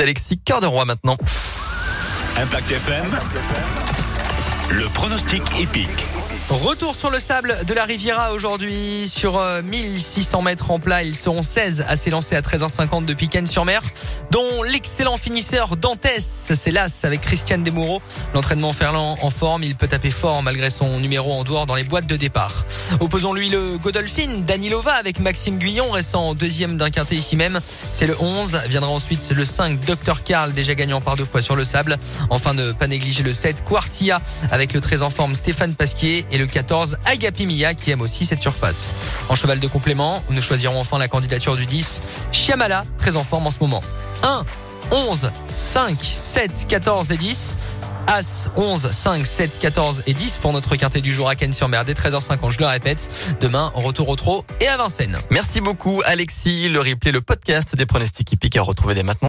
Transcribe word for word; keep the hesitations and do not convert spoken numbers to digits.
d'Alexis Cœur de Roi maintenant. Impact F M, le pronostic épique. Retour sur le sable de la Riviera aujourd'hui sur euh, mille six cents mètres en plat. Ils seront seize à s'élancer à treize heures cinquante depuis Cannes-sur-Mer, dont l'excellent finisseur Dantès. C'est l'As avec Christian Desmoureaux. L'entraînement Ferland en forme. Il peut taper fort malgré son numéro en dehors dans les boîtes de départ. Opposons-lui le Godolphin Danilova avec Maxime Guyon, restant deuxième d'un quintet ici même. C'est le onze. Viendra ensuite le cinq docteur Karl, déjà gagnant par deux fois sur le sable. Enfin, ne pas négliger le sept Quartilla avec le très en forme Stéphane Pasquier et le quatorze Agapi Mia qui aime aussi cette surface. En cheval de complément, nous choisirons enfin la candidature du dix Chiamala, très en forme en ce moment. un, onze, cinq, sept, quatorze et dix. As, onze, cinq, sept, quatorze et dix pour notre quintet du jour à Cannes-sur-Mer dès treize heures cinquante. Je le répète, demain, retour au trot et à Vincennes. Merci beaucoup Alexis. Le replay, le podcast des pronostics hippiques à retrouver dès maintenant.